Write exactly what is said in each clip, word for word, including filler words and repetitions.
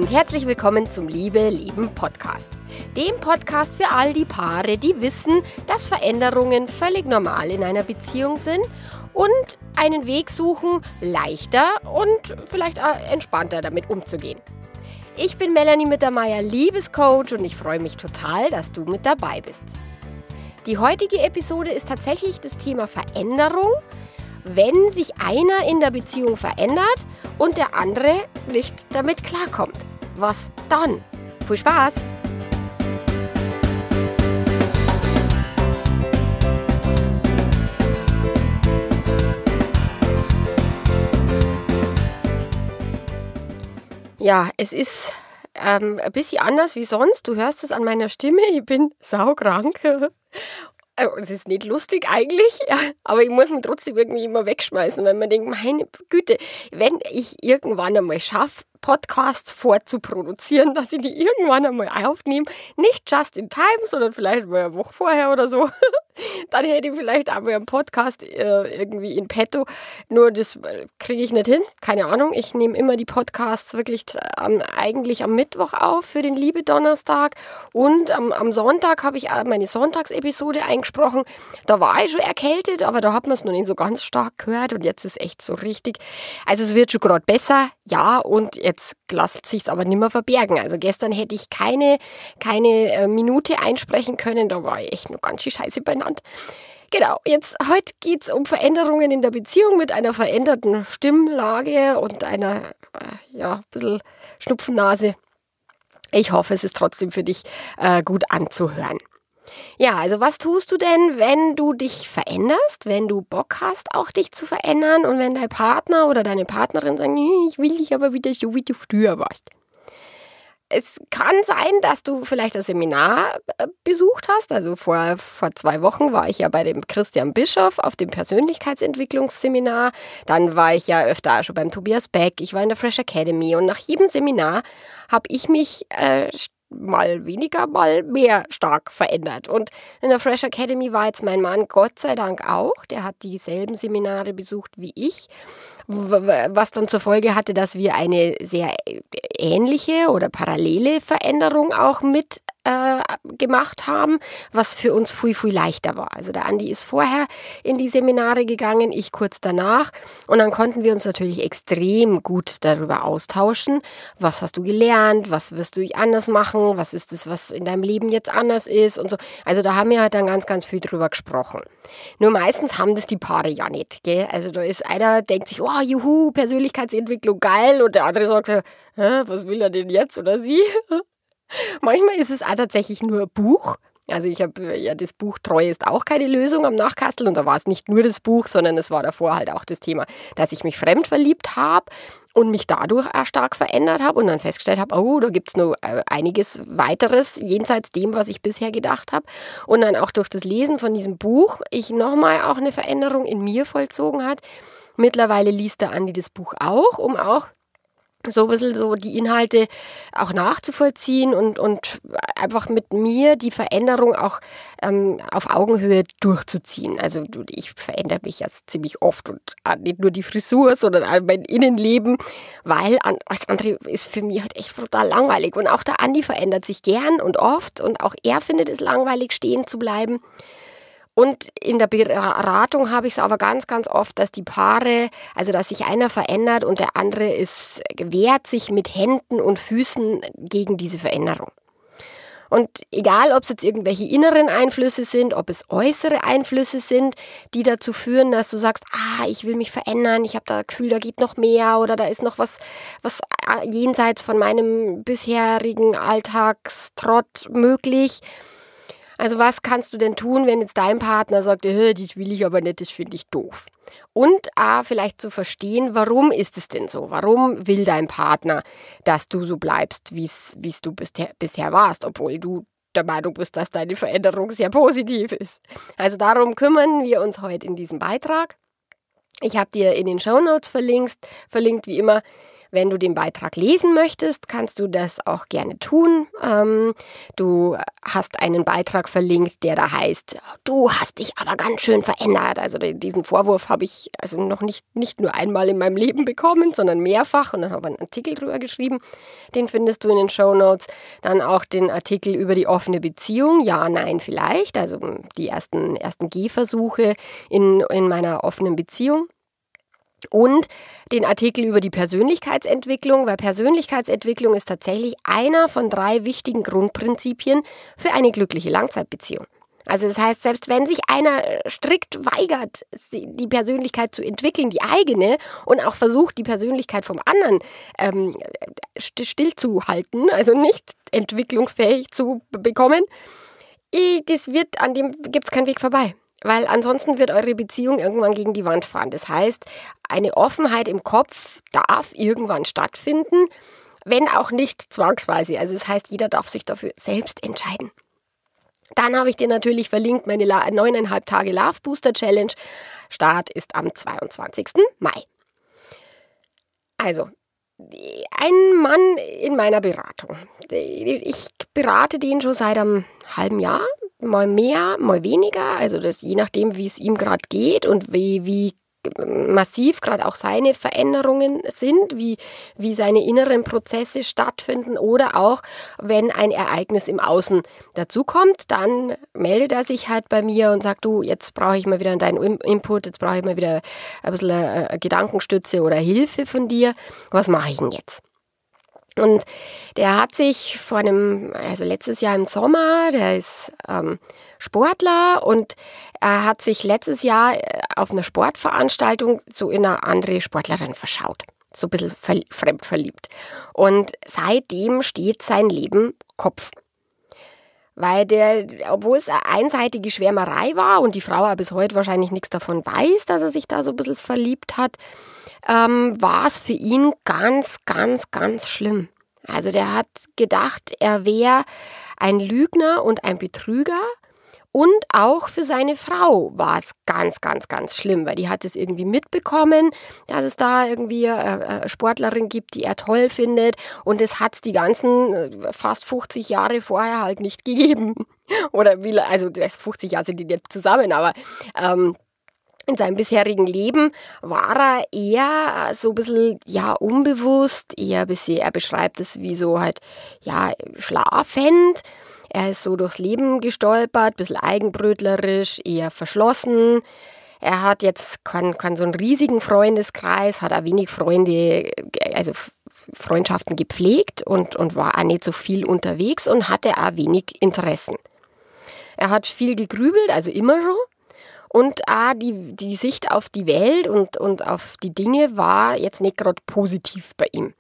und herzlich willkommen zum Liebe Leben Podcast. Dem Podcast für all die Paare, die wissen, dass Veränderungen völlig normal in einer Beziehung sind und einen Weg suchen, leichter und vielleicht auch entspannter damit umzugehen. Ich bin Melanie Mittermeier, Liebescoach, und ich freue mich total, dass du mit dabei bist. Die heutige Episode ist tatsächlich das Thema Veränderung, wenn sich einer in der Beziehung verändert und der andere nicht damit klarkommt. Was dann? Viel Spaß! Ja, es ist ähm, ein bisschen anders wie sonst. Du hörst es an meiner Stimme, ich bin saukrank. Es ist nicht lustig eigentlich, ja, aber ich muss mich trotzdem irgendwie immer wegschmeißen, weil man denkt, meine Güte, wenn ich irgendwann einmal schaffe, Podcasts vorzuproduzieren, dass ich die irgendwann einmal aufnehme, nicht just in time, sondern vielleicht mal eine Woche vorher oder so, dann hätte ich vielleicht auch mal einen Podcast äh, irgendwie in petto. Nur das kriege ich nicht hin, keine Ahnung. Ich nehme immer die Podcasts wirklich am, eigentlich am Mittwoch auf für den Liebe-Donnerstag, und am, am Sonntag habe ich auch meine Sonntagsepisode eingesprochen. Da war ich schon erkältet, aber da hat man es noch nicht so ganz stark gehört, und jetzt ist echt so richtig. Also es wird schon gerade besser, ja, und jetzt lässt sich's aber nicht mehr verbergen. Also gestern hätte ich keine, keine äh, Minute einsprechen können, da war ich echt noch ganz schön scheiße benannt. Genau, jetzt heute geht's um Veränderungen in der Beziehung mit einer veränderten Stimmlage und einer, äh, ja, ein bisschen Schnupfennase. Ich hoffe, es ist trotzdem für dich äh, gut anzuhören. Ja, also was tust du denn, wenn du dich veränderst, wenn du Bock hast, auch dich zu verändern, und wenn dein Partner oder deine Partnerin sagen, ich will dich aber wieder so, wie du früher warst? Es kann sein, dass du vielleicht ein Seminar besucht hast. Also vor, vor zwei Wochen war ich ja bei dem Christian Bischoff auf dem Persönlichkeitsentwicklungsseminar. Dann war ich ja öfter auch schon beim Tobias Beck. Ich war in der Fresh Academy, und nach jedem Seminar habe ich mich äh, mal weniger, mal mehr stark verändert. Und in der Fresh Academy war jetzt mein Mann Gott sei Dank auch. Der hat dieselben Seminare besucht wie ich, was dann zur Folge hatte, dass wir eine sehr ähnliche oder parallele Veränderung auch mit äh, gemacht haben, was für uns viel, viel leichter war. Also der Andi ist vorher in die Seminare gegangen, ich kurz danach, und dann konnten wir uns natürlich extrem gut darüber austauschen. Was hast du gelernt? Was wirst du anders machen? Was ist das, was in deinem Leben jetzt anders ist? Und so. Also da haben wir halt dann ganz, ganz viel drüber gesprochen. Nur meistens haben das die Paare ja nicht, gell? Also da ist einer, denkt sich, oh, juhu, Persönlichkeitsentwicklung, geil, und der andere sagt so, hä, was will er denn jetzt oder sie? Manchmal ist es auch tatsächlich nur ein Buch. Also ich habe ja das Buch Treue ist auch keine Lösung am Nachkastel, und da war es nicht nur das Buch, sondern es war davor halt auch das Thema, dass ich mich fremd verliebt habe und mich dadurch auch stark verändert habe und dann festgestellt habe, oh, da gibt es noch einiges weiteres jenseits dem, was ich bisher gedacht habe, und dann auch durch das Lesen von diesem Buch ich nochmal auch eine Veränderung in mir vollzogen hat. Mittlerweile liest der Andi das Buch auch, um auch so ein bisschen so die Inhalte auch nachzuvollziehen und, und einfach mit mir die Veränderung auch ähm, auf Augenhöhe durchzuziehen. Also ich verändere mich jetzt ziemlich oft, und nicht nur die Frisur, sondern auch mein Innenleben, weil alles andere ist für mich halt echt total langweilig. Und auch der Andi verändert sich gern und oft, und auch er findet es langweilig, stehen zu bleiben. Und in der Beratung habe ich es aber ganz, ganz oft, dass die Paare, also dass sich einer verändert und der andere ist, wehrt sich mit Händen und Füßen gegen diese Veränderung. Und egal, ob es jetzt irgendwelche inneren Einflüsse sind, ob es äußere Einflüsse sind, die dazu führen, dass du sagst, ah, ich will mich verändern, ich habe da das Gefühl, da geht noch mehr, oder da ist noch was, was jenseits von meinem bisherigen Alltagstrott möglich. Also was kannst du denn tun, wenn jetzt dein Partner sagt, hey, das will ich aber nicht, das finde ich doof. Und A, vielleicht zu verstehen, warum ist es denn so? Warum will dein Partner, dass du so bleibst, wie es du bisher, bisher warst, obwohl du der Meinung bist, dass deine Veränderung sehr positiv ist? Also darum kümmern wir uns heute in diesem Beitrag. Ich habe dir in den Shownotes verlinkt, verlinkt wie immer, Wenn du den Beitrag lesen möchtest, kannst du das auch gerne tun. Ähm, du hast einen Beitrag verlinkt, der da heißt, du hast dich aber ganz schön verändert. Also diesen Vorwurf habe ich also noch nicht, nicht nur einmal in meinem Leben bekommen, sondern mehrfach. Und dann habe ich einen Artikel drüber geschrieben. Den findest du in den Shownotes. Dann auch den Artikel über die offene Beziehung. Ja, nein, vielleicht. Also die ersten, ersten Gehversuche in, in meiner offenen Beziehung. Und den Artikel über die Persönlichkeitsentwicklung, weil Persönlichkeitsentwicklung ist tatsächlich einer von drei wichtigen Grundprinzipien für eine glückliche Langzeitbeziehung. Also das heißt, selbst wenn sich einer strikt weigert, die Persönlichkeit zu entwickeln, die eigene, und auch versucht, die Persönlichkeit vom anderen ähm, stillzuhalten, also nicht entwicklungsfähig zu bekommen, das wird, an dem gibt es keinen Weg vorbei. Weil ansonsten wird eure Beziehung irgendwann gegen die Wand fahren. Das heißt, eine Offenheit im Kopf darf irgendwann stattfinden, wenn auch nicht zwangsweise. Also das heißt, jeder darf sich dafür selbst entscheiden. Dann habe ich dir natürlich verlinkt meine neuneinhalb Tage Love Booster Challenge. Start ist am zweiundzwanzigsten Mai. Also, ein Mann in meiner Beratung. Ich berate den schon seit einem halben Jahr. Mal mehr, mal weniger, also das je nachdem, wie es ihm gerade geht und wie, wie massiv gerade auch seine Veränderungen sind, wie, wie seine inneren Prozesse stattfinden oder auch, wenn ein Ereignis im Außen dazukommt, dann meldet er sich halt bei mir und sagt, du, jetzt brauche ich mal wieder deinen Input, jetzt brauche ich mal wieder ein bisschen eine Gedankenstütze oder Hilfe von dir. Was mache ich denn jetzt? Und der hat sich vor einem, also letztes Jahr im Sommer, der ist ähm, Sportler und er hat sich letztes Jahr auf einer Sportveranstaltung so in eine andere Sportlerin verschaut. So ein bisschen ver- fremd verliebt. Und seitdem steht sein Leben Kopf. Weil der, obwohl es eine einseitige Schwärmerei war und die Frau auch bis heute wahrscheinlich nichts davon weiß, dass er sich da so ein bisschen verliebt hat, ähm, war es für ihn ganz, ganz, ganz schlimm. Also der hat gedacht, er wäre ein Lügner und ein Betrüger. Und auch für seine Frau war es ganz, ganz, ganz schlimm, weil die hat es irgendwie mitbekommen, dass es da irgendwie eine Sportlerin gibt, die er toll findet. Und es hat es die ganzen fast fünfzig Jahre vorher halt nicht gegeben. Oder wie, also fünfzig Jahre sind die nicht zusammen, aber ähm, in seinem bisherigen Leben war er eher so ein bisschen, ja, unbewusst, eher ein bisschen, er beschreibt es wie so halt, ja, schlafend. Er ist so durchs Leben gestolpert, ein bisschen eigenbrötlerisch, eher verschlossen. Er hat jetzt keinen kein so einen riesigen Freundeskreis, hat auch wenig Freunde, also Freundschaften gepflegt und, und war auch nicht so viel unterwegs und hatte auch wenig Interessen. Er hat viel gegrübelt, also immer schon. Und auch die, die Sicht auf die Welt und, und auf die Dinge war jetzt nicht gerade positiv bei ihm.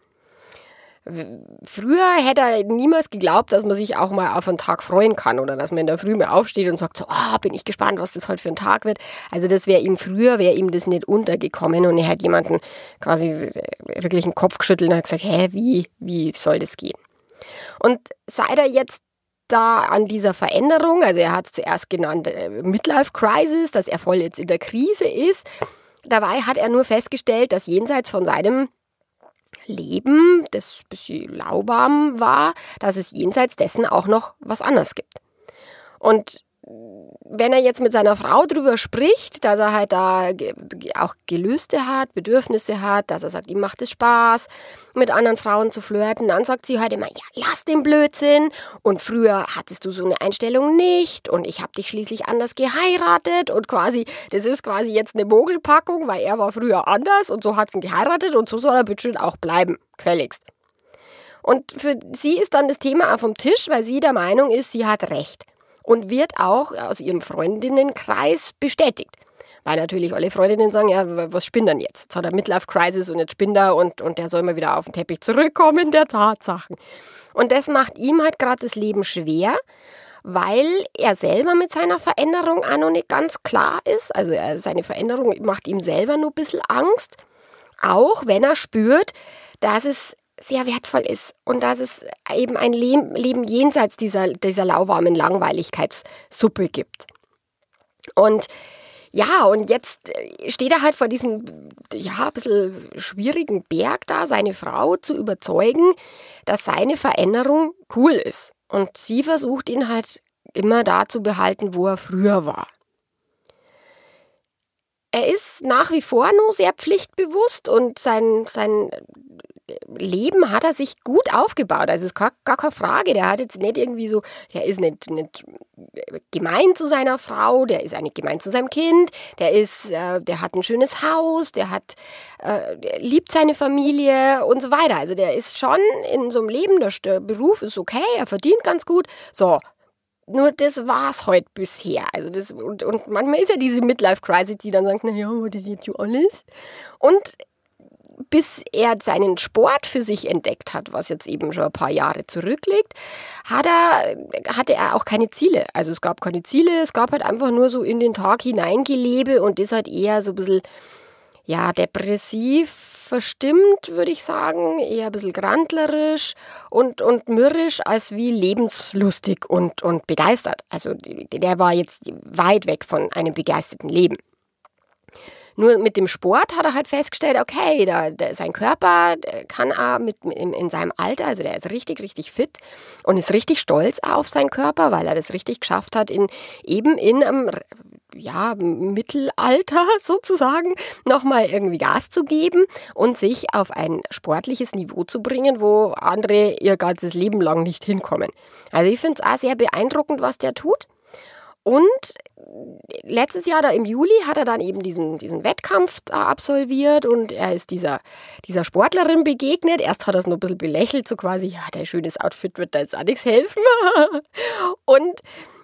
Früher hätte er niemals geglaubt, dass man sich auch mal auf einen Tag freuen kann oder dass man in der Früh mal aufsteht und sagt so, oh, bin ich gespannt, was das heute für ein Tag wird. Also das wäre ihm früher, wäre ihm das nicht untergekommen und er hätte jemanden quasi wirklich den Kopf geschüttelt und hat gesagt, hä, wie, wie soll das gehen? Und seit er jetzt da an dieser Veränderung, also er hat es zuerst genannt Midlife Crisis, dass er voll jetzt in der Krise ist, dabei hat er nur festgestellt, dass jenseits von seinem Leben, das ein bisschen lauwarm war, dass es jenseits dessen auch noch was anderes gibt. Und wenn er jetzt mit seiner Frau drüber spricht, dass er halt da auch Gelüste hat, Bedürfnisse hat, dass er sagt, ihm macht es Spaß, mit anderen Frauen zu flirten, dann sagt sie halt immer, ja, lass den Blödsinn und früher hattest du so eine Einstellung nicht und ich habe dich schließlich anders geheiratet und quasi, das ist quasi jetzt eine Mogelpackung, weil er war früher anders und so hat sie ihn geheiratet und so soll er bitte auch bleiben, gefälligst. Und für sie ist dann das Thema auch vom Tisch, weil sie der Meinung ist, sie hat recht. Und wird auch aus ihrem Freundinnenkreis bestätigt. Weil natürlich alle Freundinnen sagen, ja, was spinnt denn jetzt? Jetzt hat er Midlife Crisis und jetzt spinnt er und, und der soll mal wieder auf den Teppich zurückkommen der Tatsachen. Und das macht ihm halt gerade das Leben schwer, weil er selber mit seiner Veränderung auch noch nicht ganz klar ist. Also er, seine Veränderung macht ihm selber nur ein bisschen Angst. Auch wenn er spürt, dass es sehr wertvoll ist und dass es eben ein Leben, Leben jenseits dieser, dieser lauwarmen Langweiligkeitssuppe gibt. Und Ja, und jetzt steht er halt vor diesem, ja, ein bisschen schwierigen Berg da, seine Frau zu überzeugen, dass seine Veränderung cool ist. Und sie versucht ihn halt immer da zu behalten, wo er früher war. Er ist nach wie vor nur sehr pflichtbewusst und sein, sein Leben hat er sich gut aufgebaut. Also es ist gar, gar keine Frage. Der hat jetzt nicht irgendwie so, der ist nicht, nicht gemein zu seiner Frau, der ist auch nicht gemein zu seinem Kind, der ist, äh, der hat ein schönes Haus, der hat, äh, der liebt seine Familie und so weiter. Also der ist schon in so einem Leben, der, der Beruf ist okay, er verdient ganz gut. So. Nur das war's heute bisher. Also das, und, und manchmal ist ja diese Midlife-Crisis, die dann sagt, naja, was ist jetzt schon alles? Und bis er seinen Sport für sich entdeckt hat, was jetzt eben schon ein paar Jahre zurückliegt, hat er, hatte er auch keine Ziele. Also es gab keine Ziele, es gab halt einfach nur so in den Tag hineingelebe und das halt eher so ein bisschen, ja, depressiv verstimmt, würde ich sagen, eher ein bisschen grandlerisch und, und mürrisch als wie lebenslustig und, und begeistert. Also der war jetzt weit weg von einem begeisterten Leben. Nur mit dem Sport hat er halt festgestellt, okay, da, da, sein Körper kann auch mit, in, in seinem Alter, also der ist richtig, richtig fit und ist richtig stolz auf seinen Körper, weil er das richtig geschafft hat, in, eben in einem ja, Mittelalter sozusagen nochmal irgendwie Gas zu geben und sich auf ein sportliches Niveau zu bringen, wo andere ihr ganzes Leben lang nicht hinkommen. Also ich finde es auch sehr beeindruckend, was der tut. Und letztes Jahr, da im Juli, hat er dann eben diesen, diesen Wettkampf da absolviert und er ist dieser, dieser Sportlerin begegnet. Erst hat er es nur ein bisschen belächelt, so quasi, ja, dein schönes Outfit wird da jetzt auch nichts helfen. Und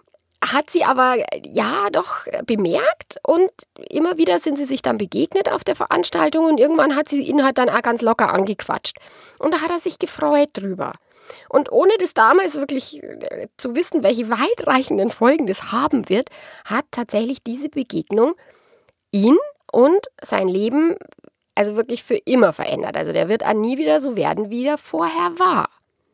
hat sie aber, ja, doch bemerkt und immer wieder sind sie sich dann begegnet auf der Veranstaltung und irgendwann hat sie ihn halt dann auch ganz locker angequatscht. Und da hat er sich gefreut drüber. Und ohne das damals wirklich zu wissen, welche weitreichenden Folgen das haben wird, hat tatsächlich diese Begegnung ihn und sein Leben also wirklich für immer verändert. Also der wird auch nie wieder so werden, wie er vorher war.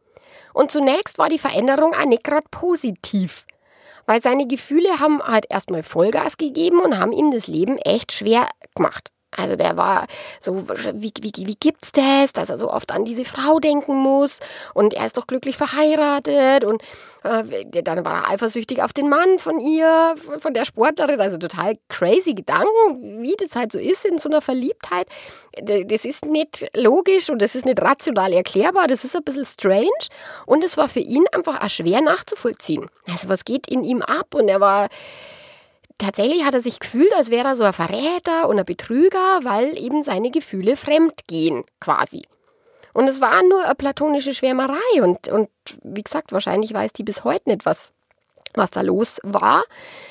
Und zunächst war die Veränderung auch nicht gerade positiv. Weil seine Gefühle haben halt erstmal Vollgas gegeben und haben ihm das Leben echt schwer gemacht. Also der war so, wie, wie, wie gibt's das, dass er so oft an diese Frau denken muss und er ist doch glücklich verheiratet und äh, dann war er eifersüchtig auf den Mann von ihr, von der Sportlerin, also total crazy Gedanken, wie das halt so ist in so einer Verliebtheit. Das ist nicht logisch und das ist nicht rational erklärbar, das ist ein bisschen strange und es war für ihn einfach auch schwer nachzuvollziehen. Also was geht in ihm ab und er war... Tatsächlich hat er sich gefühlt, als wäre er so ein Verräter und ein Betrüger, weil eben seine Gefühle fremd gehen, quasi. Und es war nur eine platonische Schwärmerei und, und wie gesagt, wahrscheinlich weiß die bis heute nicht, was, was da los war.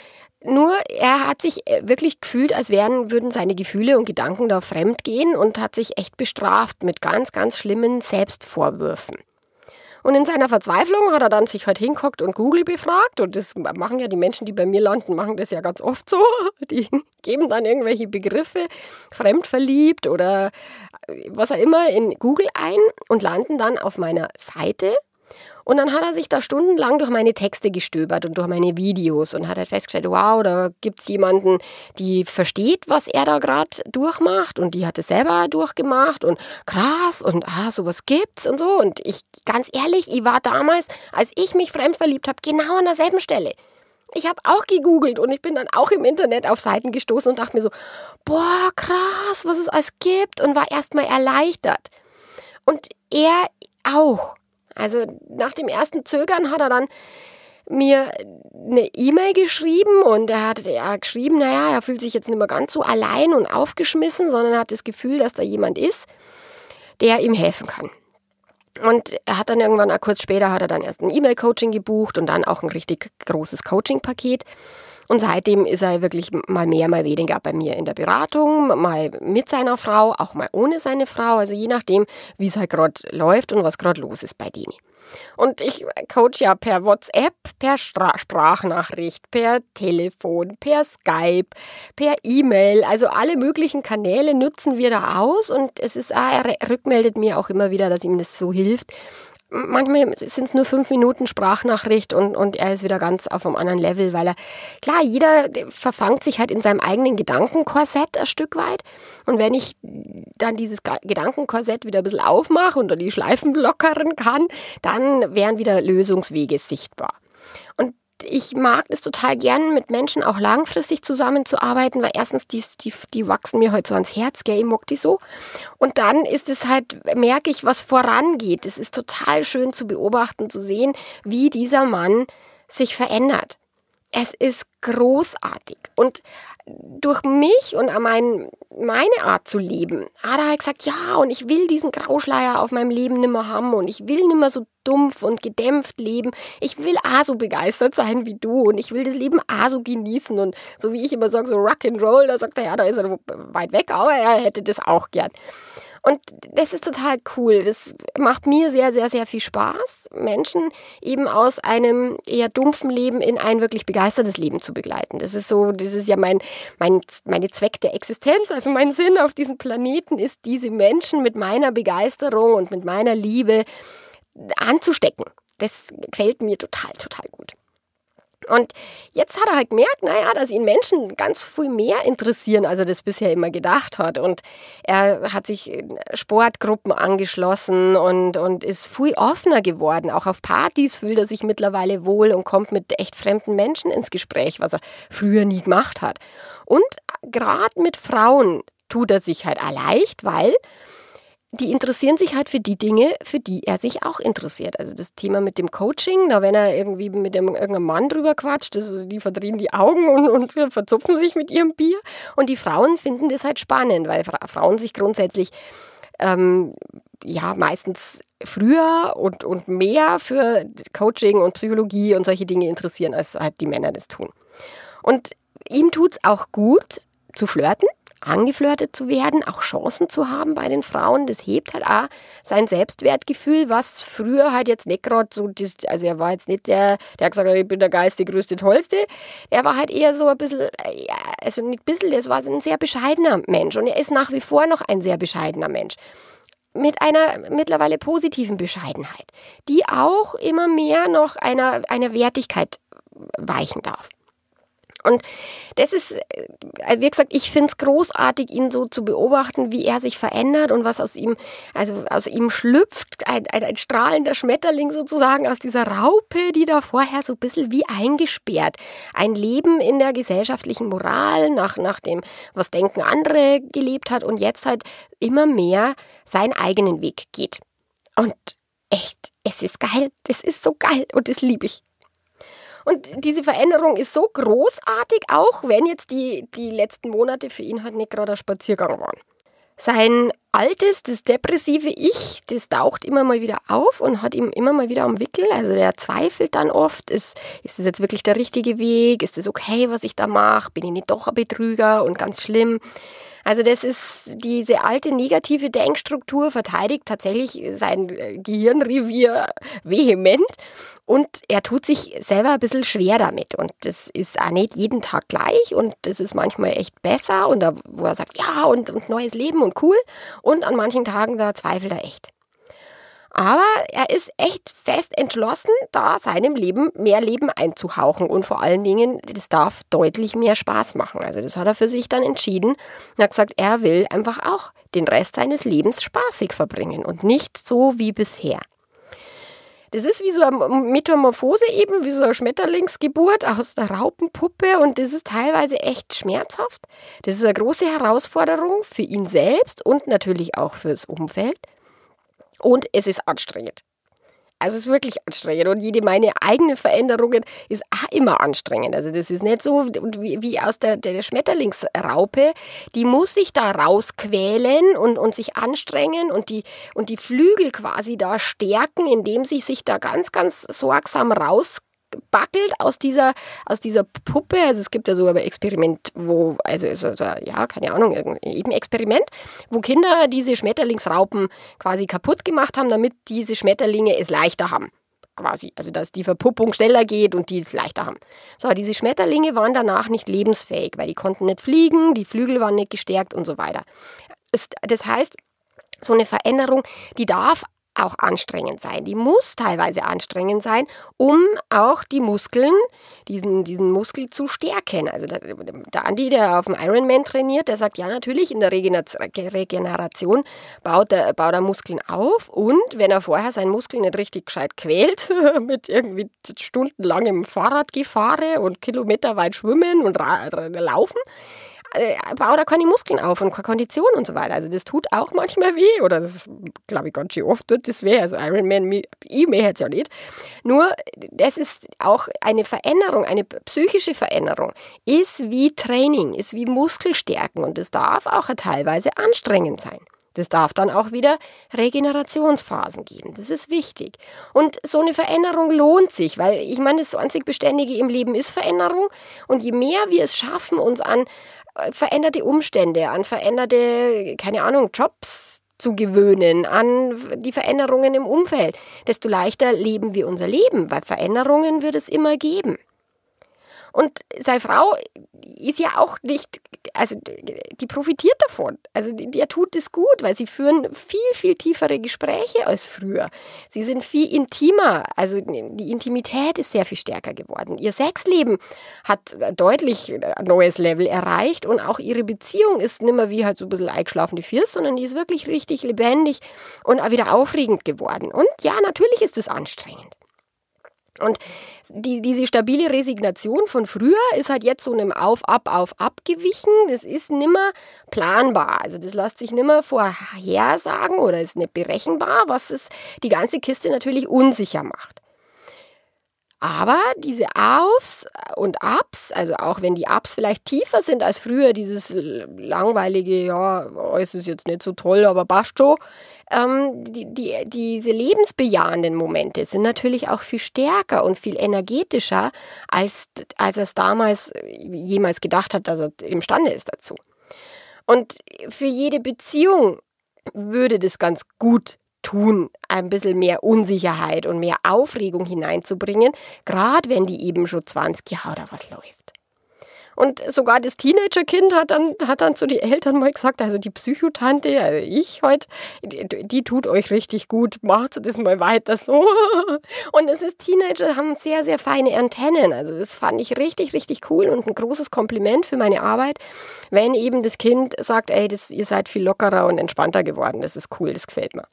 Nur er hat sich wirklich gefühlt, als wären, würden seine Gefühle und Gedanken da fremd gehen und hat sich echt bestraft mit ganz, ganz schlimmen Selbstvorwürfen. Und in seiner Verzweiflung hat er dann sich halt hingehockt und Google befragt. Und das machen ja die Menschen, die bei mir landen, machen das ja ganz oft so. Die geben dann irgendwelche Begriffe, fremdverliebt oder was auch immer, in Google ein und landen dann auf meiner Seite. Und dann hat er sich da stundenlang durch meine Texte gestöbert und durch meine Videos und hat halt festgestellt, wow, da gibt es jemanden, die versteht, was er da gerade durchmacht und die hat es selber durchgemacht und krass und ah, sowas gibt's und so. Und ich, ganz ehrlich, ich war damals, als ich mich fremdverliebt habe, genau an derselben Stelle. Ich habe auch gegoogelt und ich bin dann auch im Internet auf Seiten gestoßen und dachte mir so, boah, krass, was es alles gibt und war erstmal erleichtert. Und er auch. Also nach dem ersten Zögern hat er dann mir eine E-Mail geschrieben und er hat ja geschrieben, naja, er fühlt sich jetzt nicht mehr ganz so allein und aufgeschmissen, sondern hat das Gefühl, dass da jemand ist, der ihm helfen kann. Und er hat dann irgendwann, kurz später, hat er dann erst ein E-Mail-Coaching gebucht und dann auch ein richtig großes Coaching-Paket. Und seitdem ist er wirklich mal mehr, mal weniger bei mir in der Beratung, mal mit seiner Frau, auch mal ohne seine Frau, also je nachdem, wie es halt gerade läuft und was gerade los ist bei denen. Und ich coach ja per WhatsApp, per Stra- Sprachnachricht, per Telefon, per Skype, per E-Mail, also alle möglichen Kanäle nutzen wir da aus und es ist, er rückmeldet mir auch immer wieder, dass ihm das so hilft, manchmal sind es nur fünf Minuten Sprachnachricht und, und er ist wieder ganz auf einem anderen Level, weil er, klar, jeder verfangt sich halt in seinem eigenen Gedankenkorsett ein Stück weit. Und wenn ich dann dieses Gedankenkorsett wieder ein bisschen aufmache und die Schleifen lockern kann, dann wären wieder Lösungswege sichtbar. Und ich mag es total gern, mit Menschen auch langfristig zusammenzuarbeiten, weil erstens, die, die, die wachsen mir heute so ans Herz, gell, ich mag die so. Und dann ist es halt, merke ich, was vorangeht. Es ist total schön zu beobachten, zu sehen, wie dieser Mann sich verändert. Es ist großartig. Und durch mich und mein, meine Art zu leben, hat er halt gesagt, ja, und ich will diesen Grauschleier auf meinem Leben nimmer haben und ich will nimmer so dumpf und gedämpft leben. Ich will auch so begeistert sein wie du und ich will das Leben auch so genießen. Und so wie ich immer sage, so Rock'n'Roll, da sagt er, ja, da ist er weit weg, aber er hätte das auch gern. Und das ist total cool. Das macht mir sehr, sehr, sehr viel Spaß, Menschen eben aus einem eher dumpfen Leben in ein wirklich begeistertes Leben zu begleiten. Das ist so, das ist ja mein, mein, meine Zweck der Existenz. Also mein Sinn auf diesem Planeten ist, diese Menschen mit meiner Begeisterung und mit meiner Liebe anzustecken. Das gefällt mir total, total gut. Und jetzt hat er halt gemerkt, naja, dass ihn Menschen ganz viel mehr interessieren, als er das bisher immer gedacht hat. Und er hat sich in Sportgruppen angeschlossen und, und ist viel offener geworden. Auch auf Partys fühlt er sich mittlerweile wohl und kommt mit echt fremden Menschen ins Gespräch, was er früher nie gemacht hat. Und gerade mit Frauen tut er sich halt auch leicht, weil die interessieren sich halt für die Dinge, für die er sich auch interessiert. Also das Thema mit dem Coaching, na, wenn er irgendwie mit dem, irgendeinem Mann drüber quatscht, das, die verdrehen die Augen und, und verzupfen sich mit ihrem Bier. Und die Frauen finden das halt spannend, weil Fra- Frauen sich grundsätzlich ähm, ja meistens früher und, und mehr für Coaching und Psychologie und solche Dinge interessieren, als halt die Männer das tun. Und ihm tut's auch gut zu flirten, angeflirtet zu werden, auch Chancen zu haben bei den Frauen. Das hebt halt auch sein Selbstwertgefühl, was früher halt jetzt nicht gerade so, also er war jetzt nicht der, der hat gesagt, ich bin der Geilste, Größte, Tollste. Er war halt eher so ein bisschen, ja, also nicht ein bisschen, das war ein sehr bescheidener Mensch und er ist nach wie vor noch ein sehr bescheidener Mensch. Mit einer mittlerweile positiven Bescheidenheit, die auch immer mehr noch einer, einer Wertigkeit weichen darf. Und das ist, wie gesagt, ich finde es großartig, ihn so zu beobachten, wie er sich verändert und was aus ihm, also aus ihm schlüpft, ein, ein, ein strahlender Schmetterling sozusagen aus dieser Raupe, die da vorher so ein bisschen wie eingesperrt ein Leben in der gesellschaftlichen Moral, nach, nach dem, was denken andere, gelebt hat und jetzt halt immer mehr seinen eigenen Weg geht. Und echt, es ist geil, das ist so geil und das liebe ich. Und diese Veränderung ist so großartig, auch wenn jetzt die, die letzten Monate für ihn halt nicht gerade ein Spaziergang waren. Sein altes, das depressive Ich, das taucht immer mal wieder auf und hat ihm immer mal wieder am Wickel. Also der zweifelt dann oft, ist, ist das jetzt wirklich der richtige Weg? Ist das okay, was ich da mache? Bin ich nicht doch ein Betrüger und ganz schlimm? Also das ist, diese alte negative Denkstruktur verteidigt tatsächlich sein Gehirnrevier vehement. Und er tut sich selber ein bisschen schwer damit. Und das ist auch nicht jeden Tag gleich. Und das ist manchmal echt besser. Und da, wo er sagt, ja, und, und neues Leben und cool. Und an manchen Tagen, da zweifelt er echt. Aber er ist echt fest entschlossen, da seinem Leben mehr Leben einzuhauchen. Und vor allen Dingen, das darf deutlich mehr Spaß machen. Also das hat er für sich dann entschieden. Und hat gesagt, er will einfach auch den Rest seines Lebens spaßig verbringen. Und nicht so wie bisher. Das ist wie so eine Metamorphose eben, wie so eine Schmetterlingsgeburt aus der Raupenpuppe und das ist teilweise echt schmerzhaft. Das ist eine große Herausforderung für ihn selbst und natürlich auch fürs Umfeld und es ist anstrengend. Also es ist wirklich anstrengend und jede meine eigene Veränderungen ist auch immer anstrengend. Also das ist nicht so wie, wie aus der, der Schmetterlingsraupe, die muss sich da rausquälen und, und sich anstrengen und die, und die Flügel quasi da stärken, indem sie sich da ganz, ganz sorgsam rausquälen. Backelt aus dieser, aus dieser Puppe, also es gibt ja so ein Experiment, wo, also, also ja, keine Ahnung, eben Experiment, wo Kinder diese Schmetterlingsraupen quasi kaputt gemacht haben, damit diese Schmetterlinge es leichter haben. Quasi, also dass die Verpuppung schneller geht und die es leichter haben. So, diese Schmetterlinge waren danach nicht lebensfähig, weil die konnten nicht fliegen, die Flügel waren nicht gestärkt und so weiter. Das heißt, so eine Veränderung, die darf auch anstrengend sein. Die muss teilweise anstrengend sein, um auch die Muskeln, diesen, diesen Muskel zu stärken. Also der, der Andi, der auf dem Ironman trainiert, der sagt, ja natürlich, in der Regeneration baut er, baut er Muskeln auf und wenn er vorher seinen Muskel nicht richtig gescheit quält, mit irgendwie stundenlangem Fahrradgefahren und kilometerweit schwimmen und ra- laufen, baut er keine Muskeln auf und keine Kondition und so weiter. Also das tut auch manchmal weh oder das glaube ich ganz schön oft tut das weh. Also Ironman, ich mir jetzt ja nicht. Nur das ist auch eine Veränderung, eine psychische Veränderung. Ist wie Training, ist wie Muskelstärken und das darf auch teilweise anstrengend sein. Das darf dann auch wieder Regenerationsphasen geben. Das ist wichtig. Und so eine Veränderung lohnt sich, weil ich meine, das einzig Beständige im Leben ist Veränderung. Und je mehr wir es schaffen, uns an veränderte Umstände, an veränderte, keine Ahnung, Jobs zu gewöhnen, an die Veränderungen im Umfeld, desto leichter leben wir unser Leben, weil Veränderungen wird es immer geben. Und seine Frau ist ja auch nicht, also die profitiert davon. Also der tut es gut, weil sie führen viel, viel tiefere Gespräche als früher. Sie sind viel intimer, also die Intimität ist sehr viel stärker geworden. Ihr Sexleben hat deutlich ein neues Level erreicht und auch ihre Beziehung ist nicht mehr wie halt so ein bisschen eingeschlafene First, sondern die ist wirklich richtig lebendig und auch wieder aufregend geworden. Und ja, natürlich ist es anstrengend. Und die, diese stabile Resignation von früher ist halt jetzt so einem Auf, Ab, Auf, Ab gewichen. Das ist nimmer planbar. Also das lässt sich nimmer vorhersagen oder ist nicht berechenbar, was es die ganze Kiste natürlich unsicher macht. Aber diese Aufs und Abs, also auch wenn die Ups vielleicht tiefer sind als früher, dieses langweilige, ja, oh, es ist jetzt nicht so toll, aber passt schon, ähm, die, die, diese lebensbejahenden Momente sind natürlich auch viel stärker und viel energetischer, als, als er es damals jemals gedacht hat, dass er imstande ist dazu. Und für jede Beziehung würde das ganz gut tun, ein bisschen mehr Unsicherheit und mehr Aufregung hineinzubringen, gerade wenn die eben schon zwanzig Jahre oder was läuft. Und sogar das Teenagerkind hat dann, hat dann zu den Eltern mal gesagt, also die Psychotante, also ich heute, die, die tut euch richtig gut, macht das mal weiter so. Und es ist, Teenager haben sehr, sehr feine Antennen, also das fand ich richtig, richtig cool und ein großes Kompliment für meine Arbeit, wenn eben das Kind sagt, ey, das, ihr seid viel lockerer und entspannter geworden, das ist cool, das gefällt mir.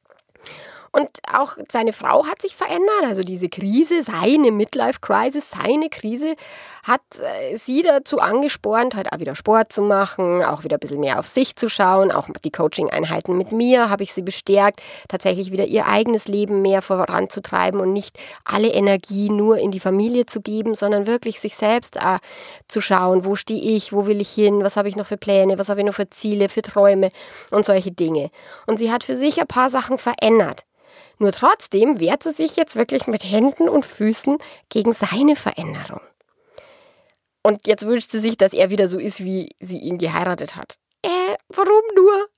Und auch seine Frau hat sich verändert, also diese Krise, seine Midlife-Crisis, seine Krise hat äh, sie dazu angespornt, halt auch wieder Sport zu machen, auch wieder ein bisschen mehr auf sich zu schauen, auch die Coaching-Einheiten mit mir habe ich sie bestärkt, tatsächlich wieder ihr eigenes Leben mehr voranzutreiben und nicht alle Energie nur in die Familie zu geben, sondern wirklich sich selbst äh, zu schauen, wo stehe ich, wo will ich hin, was habe ich noch für Pläne, was habe ich noch für Ziele, für Träume und solche Dinge. Und sie hat für sich ein paar Sachen verändert. Nur trotzdem wehrt sie sich jetzt wirklich mit Händen und Füßen gegen seine Veränderung. Und jetzt wünscht sie sich, dass er wieder so ist, wie sie ihn geheiratet hat. Äh, warum nur?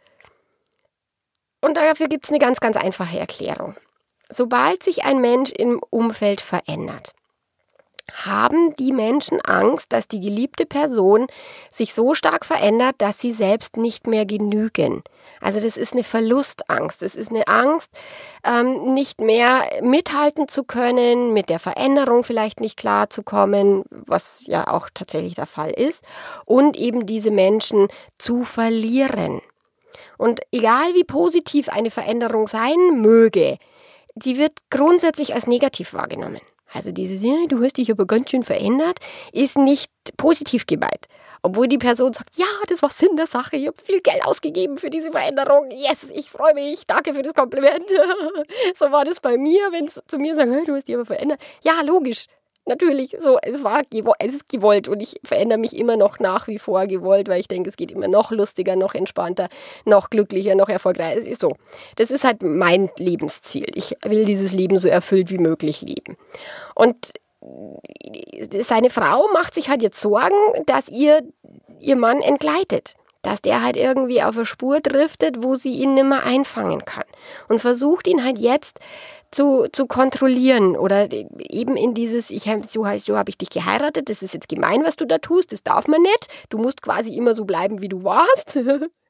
Und dafür gibt es eine ganz, ganz einfache Erklärung. Sobald sich ein Mensch im Umfeld verändert, haben die Menschen Angst, dass die geliebte Person sich so stark verändert, dass sie selbst nicht mehr genügen. Also das ist eine Verlustangst. Das ist eine Angst, ähm, nicht mehr mithalten zu können, mit der Veränderung vielleicht nicht klarzukommen, was ja auch tatsächlich der Fall ist, und eben diese Menschen zu verlieren. Und egal wie positiv eine Veränderung sein möge, die wird grundsätzlich als negativ wahrgenommen. Also dieses, ja, du hast dich aber ganz schön verändert, ist nicht positiv gemeint. Obwohl die Person sagt, ja, das war Sinn der Sache, ich habe viel Geld ausgegeben für diese Veränderung. Yes, ich freue mich, danke für das Kompliment. So war das bei mir, wenn sie zu mir sagen, hey, du hast dich aber verändert. Ja, logisch, natürlich, so, es war es ist gewollt und ich verändere mich immer noch nach wie vor gewollt, weil ich denke, es geht immer noch lustiger, noch entspannter, noch glücklicher, noch erfolgreicher. Es ist so. Das ist halt mein Lebensziel. Ich will dieses Leben so erfüllt wie möglich leben. Und seine Frau macht sich halt jetzt Sorgen, dass ihr, ihr Mann entgleitet. Dass der halt irgendwie auf eine Spur driftet, wo sie ihn nimmer einfangen kann. Und versucht ihn halt jetzt zu, zu kontrollieren oder eben in dieses, ich hab, so, so habe ich dich geheiratet, das ist jetzt gemein, was du da tust, das darf man nicht. Du musst quasi immer so bleiben, wie du warst.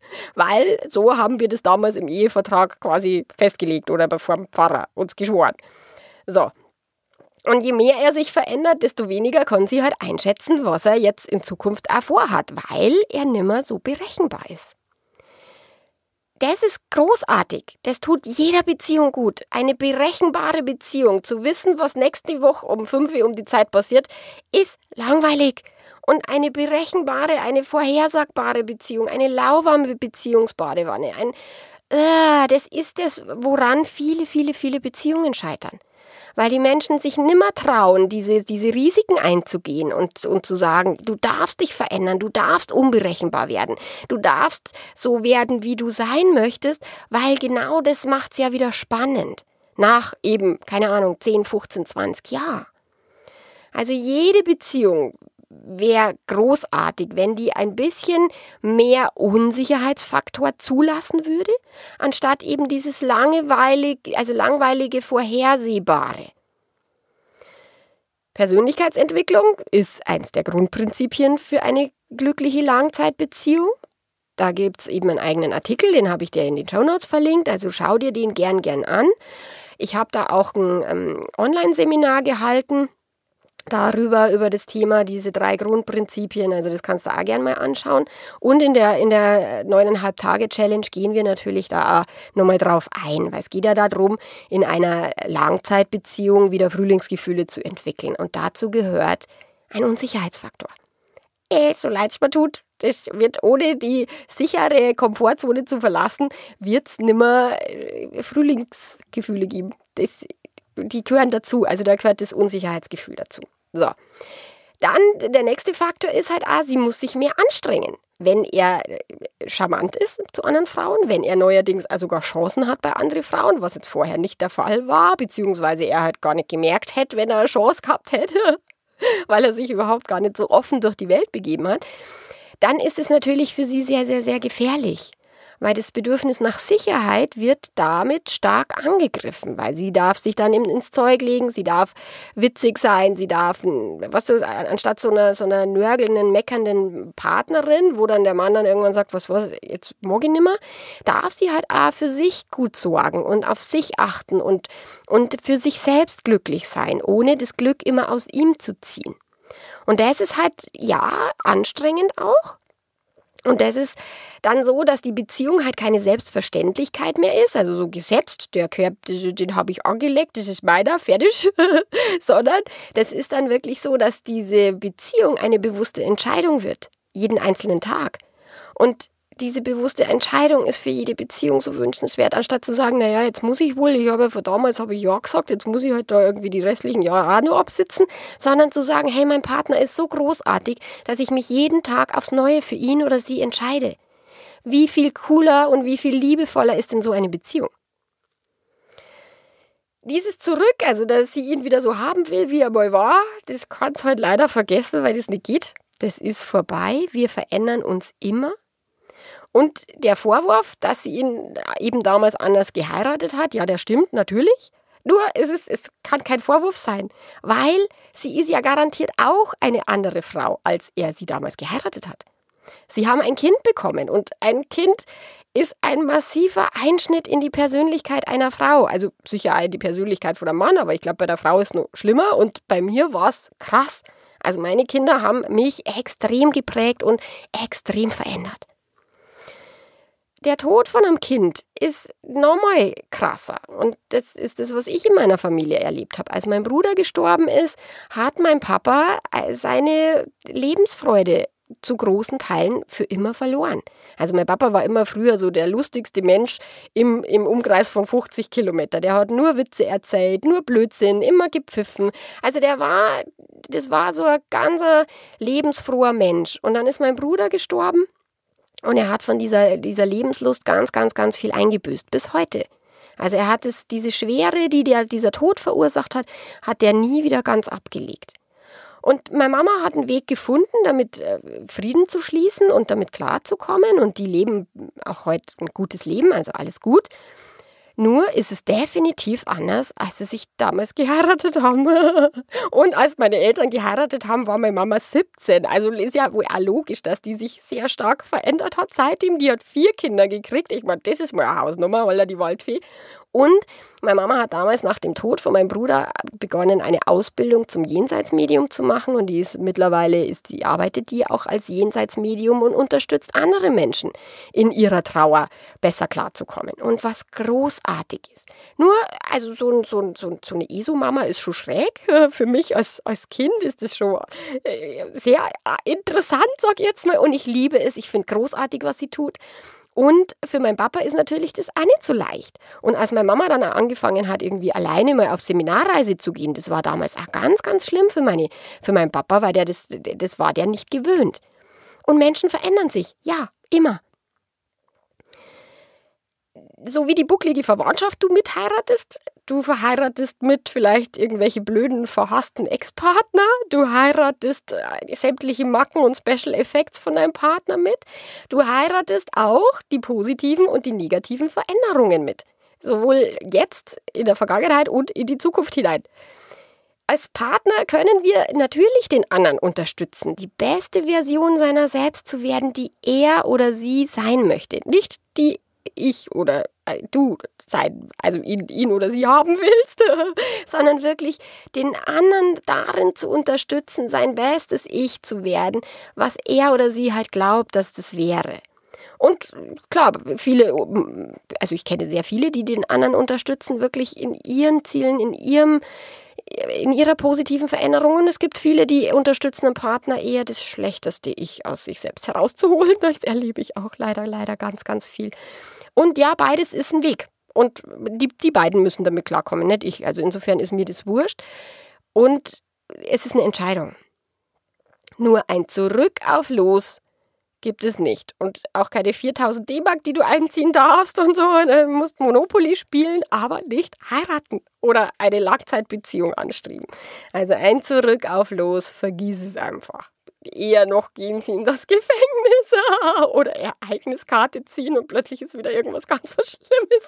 Weil so haben wir das damals im Ehevertrag quasi festgelegt oder vor dem Pfarrer uns geschworen. So. Und je mehr er sich verändert, desto weniger kann sie halt einschätzen, was er jetzt in Zukunft auch vorhat, weil er nimmer so berechenbar ist. Das ist großartig. Das tut jeder Beziehung gut. Eine berechenbare Beziehung, zu wissen, was nächste Woche um fünf Uhr um die Zeit passiert, ist langweilig. Und eine berechenbare, eine vorhersagbare Beziehung, eine lauwarme Beziehungsbadewanne, ein, äh, das ist das, woran viele, viele, viele Beziehungen scheitern. Weil die Menschen sich nimmer trauen, diese, diese Risiken einzugehen und, und zu sagen, du darfst dich verändern, du darfst unberechenbar werden, du darfst so werden, wie du sein möchtest, weil genau das macht's ja wieder spannend. Nach eben, keine Ahnung, zehn, fünfzehn, zwanzig Jahren. Also jede Beziehung wäre großartig, wenn die ein bisschen mehr Unsicherheitsfaktor zulassen würde, anstatt eben dieses langweilige, also langweilige Vorhersehbare. Persönlichkeitsentwicklung ist eins der Grundprinzipien für eine glückliche Langzeitbeziehung. Da gibt es eben einen eigenen Artikel, den habe ich dir in den Shownotes verlinkt, also schau dir den gern, gern an. Ich habe da auch ein ähm, Online-Seminar gehalten, darüber, über das Thema, diese drei Grundprinzipien, also das kannst du auch gerne mal anschauen. Und in der, in der neuneinhalb Tage Challenge gehen wir natürlich da auch nochmal drauf ein, weil es geht ja darum, in einer Langzeitbeziehung wieder Frühlingsgefühle zu entwickeln. Und dazu gehört ein Unsicherheitsfaktor. Äh, so leid es mir tut, das wird ohne die sichere Komfortzone zu verlassen, wird es nimmer Frühlingsgefühle geben. Das, die gehören dazu, also da gehört das Unsicherheitsgefühl dazu. So, dann der nächste Faktor ist halt, ah, sie muss sich mehr anstrengen. Wenn er charmant ist zu anderen Frauen, wenn er neuerdings auch sogar Chancen hat bei anderen Frauen, was jetzt vorher nicht der Fall war, beziehungsweise er halt gar nicht gemerkt hätte, wenn er eine Chance gehabt hätte, weil er sich überhaupt gar nicht so offen durch die Welt begeben hat, dann ist es natürlich für sie sehr, sehr, sehr gefährlich. Weil das Bedürfnis nach Sicherheit wird damit stark angegriffen, weil sie darf sich dann ins Zeug legen, sie darf witzig sein, sie darf, was du, anstatt so einer, so einer nörgelnden, meckernden Partnerin, wo dann der Mann dann irgendwann sagt, was, was, jetzt mag ich nimmer, darf sie halt auch für sich gut sorgen und auf sich achten und, und für sich selbst glücklich sein, ohne das Glück immer aus ihm zu ziehen. Und das ist halt, ja, anstrengend auch. Und das ist dann so, dass die Beziehung halt keine Selbstverständlichkeit mehr ist, also so gesetzt, der Körper, den habe ich angelegt, das ist meiner, fertig, sondern das ist dann wirklich so, dass diese Beziehung eine bewusste Entscheidung wird, jeden einzelnen Tag. Und diese bewusste Entscheidung ist für jede Beziehung so wünschenswert, anstatt zu sagen, naja, jetzt muss ich wohl, ich habe ja von damals habe ich ja gesagt, jetzt muss ich halt da irgendwie die restlichen Jahre auch nur absitzen, sondern zu sagen, hey, mein Partner ist so großartig, dass ich mich jeden Tag aufs Neue für ihn oder sie entscheide. Wie viel cooler und wie viel liebevoller ist denn so eine Beziehung? Dieses Zurück, also dass sie ihn wieder so haben will, wie er mal war, das kannst du halt leider vergessen, weil das nicht geht. Das ist vorbei, wir verändern uns immer. Und der Vorwurf, dass sie ihn eben damals anders geheiratet hat, ja, der stimmt natürlich. Nur es, ist, es kann kein Vorwurf sein, weil sie ist ja garantiert auch eine andere Frau, als er sie damals geheiratet hat. Sie haben ein Kind bekommen und ein Kind ist ein massiver Einschnitt in die Persönlichkeit einer Frau. Also sicher in die Persönlichkeit von einem Mann, aber ich glaube, bei der Frau ist es noch schlimmer und bei mir war es krass. Also meine Kinder haben mich extrem geprägt und extrem verändert. Der Tod von einem Kind ist nochmal krasser. Und das ist das, was ich in meiner Familie erlebt habe. Als mein Bruder gestorben ist, hat mein Papa seine Lebensfreude zu großen Teilen für immer verloren. Also mein Papa war immer früher so der lustigste Mensch im, im Umkreis von fünfzig Kilometer. Der hat nur Witze erzählt, nur Blödsinn, immer gepfiffen. Also der war, das war so ein ganzer lebensfroher Mensch. Und dann ist mein Bruder gestorben. Und er hat von dieser, dieser Lebenslust ganz, ganz, ganz viel eingebüßt, bis heute. Also er hat es, diese Schwere, die der, dieser Tod verursacht hat, hat er nie wieder ganz abgelegt. Und meine Mama hat einen Weg gefunden, damit äh, Frieden zu schließen und damit klarzukommen. Und die leben auch heute ein gutes Leben, also alles gut. Nur ist es definitiv anders, als sie sich damals geheiratet haben. Und als meine Eltern geheiratet haben, war meine Mama siebzehn. Also ist ja wohl auch logisch, dass die sich sehr stark verändert hat seitdem. Die hat vier Kinder gekriegt. Ich meine, das ist mal eine Hausnummer, weil er die Waldfee. Und meine Mama hat damals nach dem Tod von meinem Bruder begonnen, eine Ausbildung zum Jenseitsmedium zu machen. Und die ist mittlerweile, ist die, arbeitet die auch als Jenseitsmedium und unterstützt andere Menschen in ihrer Trauer besser klarzukommen. Und was großartig ist. Nur, also so, so, so, so eine E S O-Mama ist schon schräg. Für mich als, als Kind ist das schon sehr interessant, sag ich jetzt mal. Und ich liebe es. Ich finde großartig, was sie tut. Und für meinen Papa ist natürlich das auch nicht so leicht. Und als meine Mama dann auch angefangen hat, irgendwie alleine mal auf Seminarreise zu gehen, das war damals auch ganz, ganz schlimm für, meine, für meinen Papa, weil der das, das war der nicht gewöhnt. Und Menschen verändern sich. Ja, immer. So wie die Buckli die Verwandtschaft du mit heiratest. Du verheiratest mit vielleicht irgendwelche blöden, verhassten Ex-Partner. Du heiratest äh, sämtliche Macken und Special Effects von deinem Partner mit. Du heiratest auch die positiven und die negativen Veränderungen mit. Sowohl jetzt, in der Vergangenheit und in die Zukunft hinein. Als Partner können wir natürlich den anderen unterstützen, die beste Version seiner selbst zu werden, die er oder sie sein möchte. Nicht die ich oder du sein, also ihn, ihn oder sie haben willst, sondern wirklich den anderen darin zu unterstützen, sein bestes Ich zu werden, was er oder sie halt glaubt, dass das wäre. Und klar, viele, also ich kenne sehr viele, die den anderen unterstützen, wirklich in ihren Zielen, in ihrem in ihrer positiven Veränderung. Und es gibt viele, die unterstützen einen Partner eher das schlechteste Ich aus sich selbst herauszuholen. Das erlebe ich auch leider, leider ganz, ganz viel. Und ja, beides ist ein Weg. Und die, die beiden müssen damit klarkommen, nicht ich. Also insofern ist mir das wurscht. Und es ist eine Entscheidung. Nur ein Zurück auf Los gibt es nicht. Und auch keine viertausend D-Mark, die du einziehen darfst und so. Du musst Monopoly spielen, aber nicht heiraten oder eine Langzeitbeziehung anstreben. Also ein Zurück auf Los, vergiss es einfach. Eher noch gehen sie in das Gefängnis oder Ereigniskarte ziehen und plötzlich ist wieder irgendwas ganz was Schlimmes.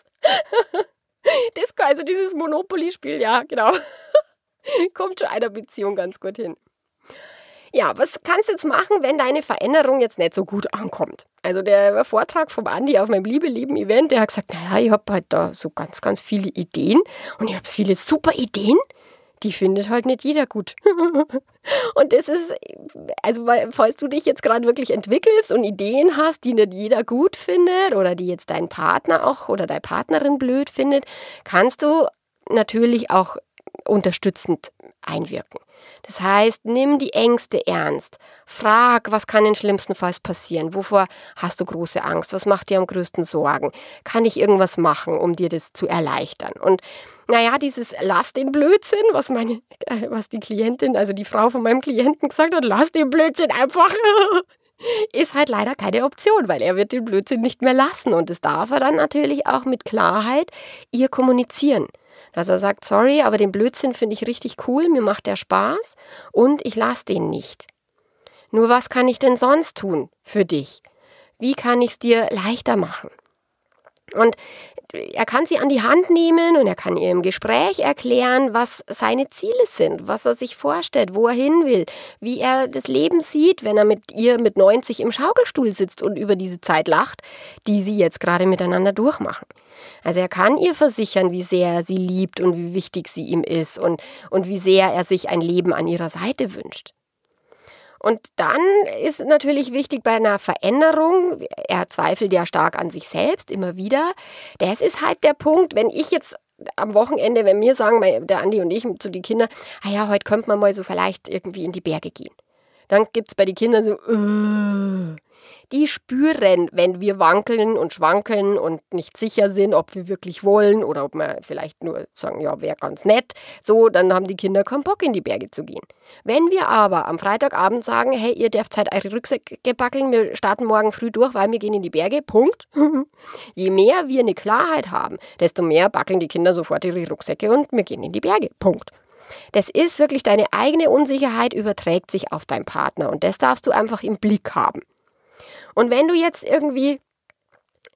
Das, also dieses Monopoly-Spiel, ja, genau, kommt schon einer Beziehung ganz gut hin. Ja, was kannst du jetzt machen, wenn deine Veränderung jetzt nicht so gut ankommt? Also der Vortrag vom Andi auf meinem Liebe-Lieben-Event, der hat gesagt, naja, ich habe halt da so ganz, ganz viele Ideen und ich habe viele super Ideen, die findet halt nicht jeder gut. Und das ist, also falls du dich jetzt gerade wirklich entwickelst und Ideen hast, die nicht jeder gut findet oder die jetzt dein Partner auch oder deine Partnerin blöd findet, kannst du natürlich auch unterstützend einwirken. Das heißt, nimm die Ängste ernst. Frag, was kann in schlimmstenfalls passieren? Wovor hast du große Angst? Was macht dir am größten Sorgen? Kann ich irgendwas machen, um dir das zu erleichtern? Und naja, dieses lass den Blödsinn, was meine, äh, was die Klientin, also die Frau von meinem Klienten gesagt hat, lass den Blödsinn einfach, ist halt leider keine Option, weil er wird den Blödsinn nicht mehr lassen. Und das darf er dann natürlich auch mit Klarheit ihr kommunizieren. Dass er sagt, sorry, aber den Blödsinn finde ich richtig cool, mir macht der Spaß und ich lasse den nicht. Nur was kann ich denn sonst tun für dich? Wie kann ich es dir leichter machen? Und er kann sie an die Hand nehmen und er kann ihr im Gespräch erklären, was seine Ziele sind, was er sich vorstellt, wo er hin will, wie er das Leben sieht, wenn er mit ihr mit neunzig im Schaukelstuhl sitzt und über diese Zeit lacht, die sie jetzt gerade miteinander durchmachen. Also er kann ihr versichern, wie sehr er sie liebt und wie wichtig sie ihm ist und, und wie sehr er sich ein Leben an ihrer Seite wünscht. Und dann ist natürlich wichtig bei einer Veränderung, er zweifelt ja stark an sich selbst, immer wieder. Das ist halt der Punkt, wenn ich jetzt am Wochenende, wenn wir sagen, der Andi und ich zu den Kindern, ah ja, heute könnte man mal so vielleicht irgendwie in die Berge gehen. Dann gibt es bei den Kindern so, uh, die spüren, wenn wir wankeln und schwankeln und nicht sicher sind, ob wir wirklich wollen oder ob wir vielleicht nur sagen, ja, wäre ganz nett. So, dann haben die Kinder keinen Bock, in die Berge zu gehen. Wenn wir aber am Freitagabend sagen, hey, ihr dürft halt eure Rucksäcke backeln, wir starten morgen früh durch, weil wir gehen in die Berge, Punkt. Je mehr wir eine Klarheit haben, desto mehr backeln die Kinder sofort ihre Rucksäcke und wir gehen in die Berge, Punkt. Das ist wirklich, deine eigene Unsicherheit überträgt sich auf deinen Partner und das darfst du einfach im Blick haben. Und wenn du jetzt irgendwie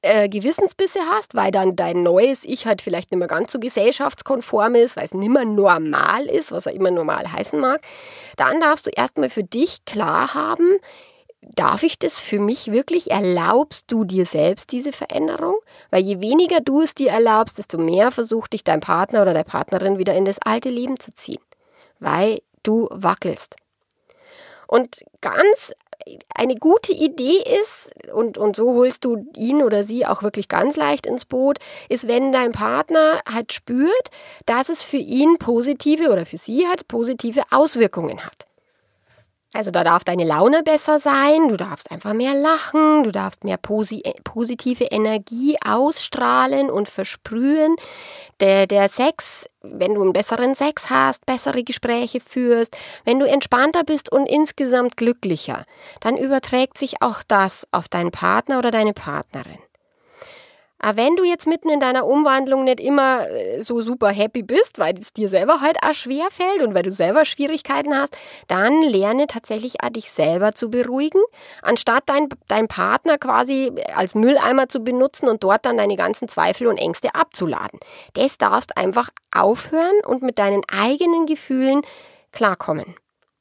äh, Gewissensbisse hast, weil dann dein neues Ich halt vielleicht nicht mehr ganz so gesellschaftskonform ist, weil es nicht mehr normal ist, was er immer normal heißen mag, dann darfst du erstmal für dich klar haben, darf ich das für mich wirklich? Erlaubst du dir selbst diese Veränderung? Weil je weniger du es dir erlaubst, desto mehr versucht dich dein Partner oder deine Partnerin wieder in das alte Leben zu ziehen, weil du wackelst. Und ganz eine gute Idee ist, und, und so holst du ihn oder sie auch wirklich ganz leicht ins Boot, ist, wenn dein Partner halt spürt, dass es für ihn positive oder für sie halt positive Auswirkungen hat. Also da darf deine Laune besser sein, du darfst einfach mehr lachen, du darfst mehr posi- positive Energie ausstrahlen und versprühen. Der, der Sex, wenn du einen besseren Sex hast, bessere Gespräche führst, wenn du entspannter bist und insgesamt glücklicher, dann überträgt sich auch das auf deinen Partner oder deine Partnerin. Aber wenn du jetzt mitten in deiner Umwandlung nicht immer so super happy bist, weil es dir selber halt auch schwer fällt und weil du selber Schwierigkeiten hast, dann lerne tatsächlich auch dich selber zu beruhigen, anstatt dein, dein Partner quasi als Mülleimer zu benutzen und dort dann deine ganzen Zweifel und Ängste abzuladen. Das darfst einfach aufhören und mit deinen eigenen Gefühlen klarkommen.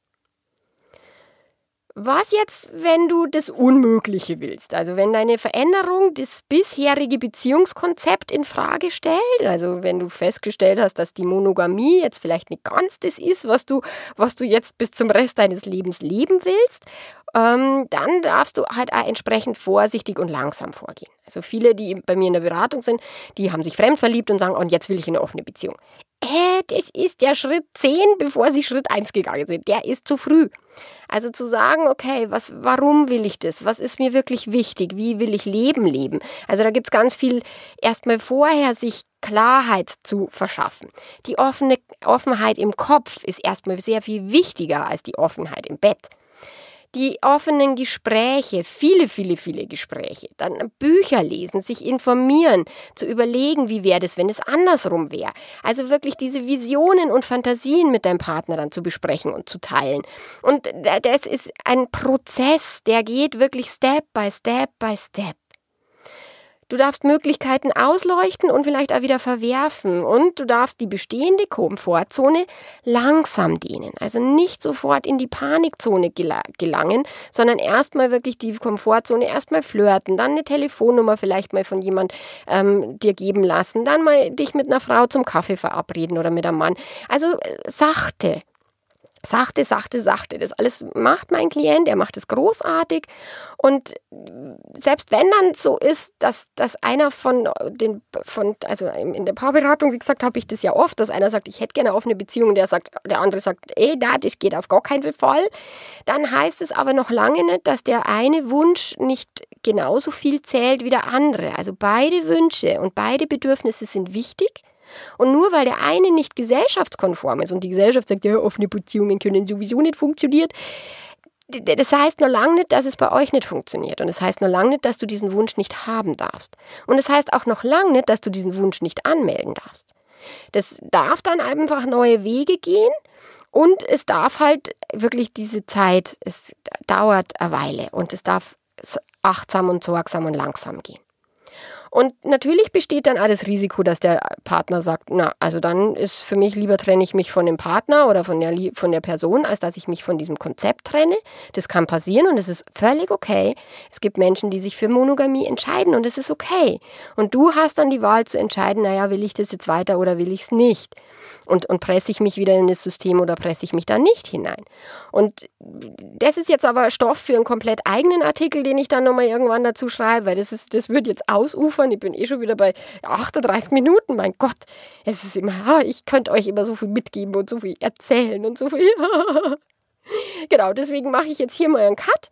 Was jetzt, wenn du das Unmögliche willst? Also wenn deine Veränderung das bisherige Beziehungskonzept in Frage stellt, also wenn du festgestellt hast, dass die Monogamie jetzt vielleicht nicht ganz das ist, was du, was du jetzt bis zum Rest deines Lebens leben willst, ähm, dann darfst du halt auch entsprechend vorsichtig und langsam vorgehen. Also viele, die bei mir in der Beratung sind, die haben sich fremdverliebt und sagen, und jetzt will ich eine offene Beziehung. Äh, das ist der Schritt zehn, bevor sie Schritt eins gegangen sind. Der ist zu früh. Also zu sagen, okay, was, warum will ich das? Was ist mir wirklich wichtig? Wie will ich Leben leben? Also da gibt es ganz viel, erstmal vorher sich Klarheit zu verschaffen. Die offene Offenheit im Kopf ist erstmal sehr viel wichtiger als die Offenheit im Bett. Die offenen Gespräche, viele, viele, viele Gespräche, dann Bücher lesen, sich informieren, zu überlegen, wie wäre das, wenn es andersrum wäre. Also wirklich diese Visionen und Fantasien mit deinem Partner dann zu besprechen und zu teilen. Und das ist ein Prozess, der geht wirklich Step by Step by Step. Du darfst Möglichkeiten ausleuchten und vielleicht auch wieder verwerfen. Und du darfst die bestehende Komfortzone langsam dehnen. Also nicht sofort in die Panikzone gelangen, sondern erstmal wirklich die Komfortzone erstmal flirten, dann eine Telefonnummer vielleicht mal von jemand ähm, dir geben lassen, dann mal dich mit einer Frau zum Kaffee verabreden oder mit einem Mann. Also sachte. Sachte, sachte, sachte. Das alles macht mein Klient, er macht es großartig. Und selbst wenn dann so ist, dass, dass einer von den, von, also in der Paarberatung, wie gesagt, habe ich das ja oft, dass einer sagt, ich hätte gerne eine offene Beziehung, und der sagt, der andere sagt, ey, da, das geht auf gar keinen Fall. Dann heißt es aber noch lange nicht, dass der eine Wunsch nicht genauso viel zählt wie der andere. Also beide Wünsche und beide Bedürfnisse sind wichtig. Und nur weil der eine nicht gesellschaftskonform ist und die Gesellschaft sagt, ja, offene Beziehungen können sowieso nicht funktionieren, das heißt noch lange nicht, dass es bei euch nicht funktioniert. Und das heißt noch lange nicht, dass du diesen Wunsch nicht haben darfst. Und das heißt auch noch lange nicht, dass du diesen Wunsch nicht anmelden darfst. Das darf dann einfach neue Wege gehen und es darf halt wirklich diese Zeit, es dauert eine Weile und es darf achtsam und sorgsam und langsam gehen. Und natürlich besteht dann auch das Risiko, dass der Partner sagt, na, also dann ist für mich lieber trenne ich mich von dem Partner oder von der, von der Person, als dass ich mich von diesem Konzept trenne. Das kann passieren und es ist völlig okay. Es gibt Menschen, die sich für Monogamie entscheiden und es ist okay. Und du hast dann die Wahl zu entscheiden, naja, will ich das jetzt weiter oder will ich es nicht? Und, und presse ich mich wieder in das System oder presse ich mich da nicht hinein? Und das ist jetzt aber Stoff für einen komplett eigenen Artikel, den ich dann nochmal irgendwann dazu schreibe, weil das, ist, das wird jetzt ausufern. Ich bin eh schon wieder bei achtunddreißig Minuten. Mein Gott, es ist immer, ich könnte euch immer so viel mitgeben und so viel erzählen und so viel. Genau, deswegen mache ich jetzt hier mal einen Cut.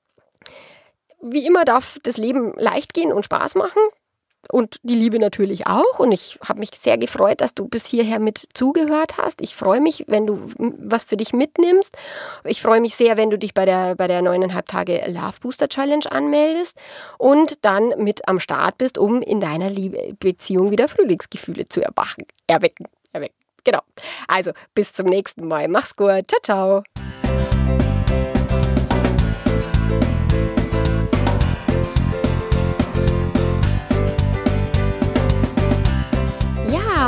Wie immer darf das Leben leicht gehen und Spaß machen. Und die Liebe natürlich auch. Und ich habe mich sehr gefreut, dass du bis hierher mit zugehört hast. Ich freue mich, wenn du was für dich mitnimmst. Ich freue mich sehr, wenn du dich bei der, bei der neuneinhalb Tage Love Booster Challenge anmeldest und dann mit am Start bist, um in deiner Liebe Beziehung wieder Frühlingsgefühle zu erwachen, erwecken. erwecken. Genau. Also, bis zum nächsten Mal. Mach's gut. Ciao, ciao.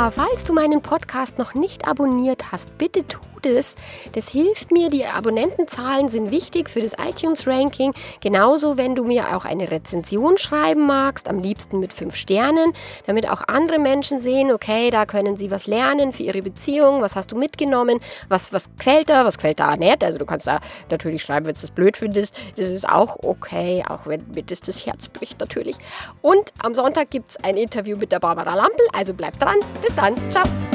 Ja, falls du meinen Podcast noch nicht abonniert hast, bitte tu das. Das hilft mir. Die Abonnentenzahlen sind wichtig für das iTunes-Ranking. Genauso, wenn du mir auch eine Rezension schreiben magst, am liebsten mit fünf Sternen, damit auch andere Menschen sehen, okay, da können sie was lernen für ihre Beziehung. Was hast du mitgenommen? Was, was gefällt da? Was gefällt da nicht? Also du kannst da natürlich schreiben, wenn du das blöd findest. Das ist auch okay, auch wenn mir das das Herz bricht natürlich. Und am Sonntag gibt es ein Interview mit der Barbara Lampl. Also bleib dran. Bis dann. Ciao.